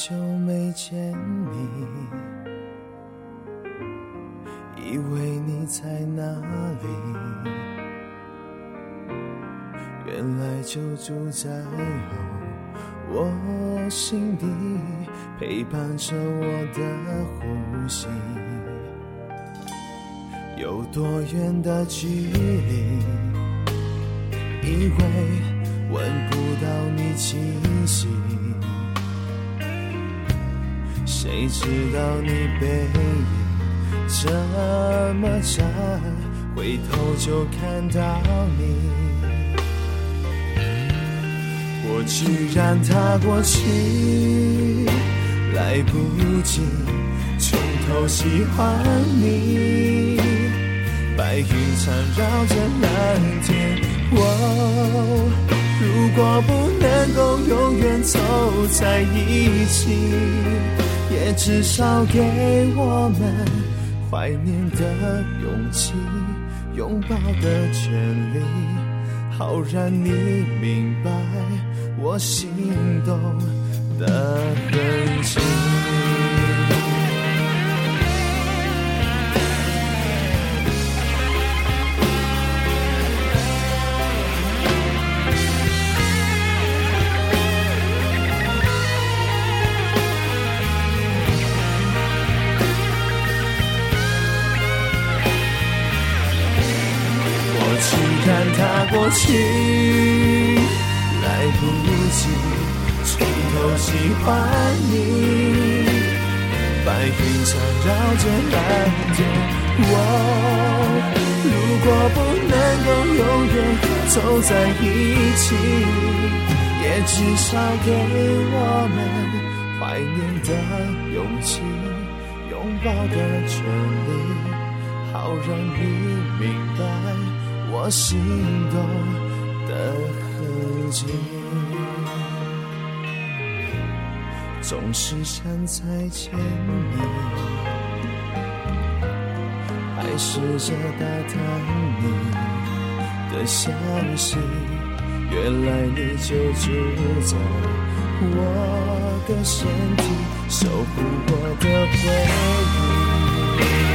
久没见你，以为你在哪里，原来就住在我心底，陪伴着我的呼吸。有多远的距离，以为闻不到你气息，谁知道你背影这么长，回头就看到你。我居然踏过去，来不及从头喜欢你。白云缠绕着蓝天，如果不能够永远走在一起，也至少给我们怀念的勇气，拥抱的权利，好让你明白我心动的痕迹。踏过去，来不及从头喜欢你。白云缠绕着蓝天，如果不能够永远走在一起，也至少给我们怀念的勇气，拥抱的权利，好让你明白我心动的痕迹。总是想再见你，还试着打探你的消息，原来你就住在我的身体，守护我的回忆。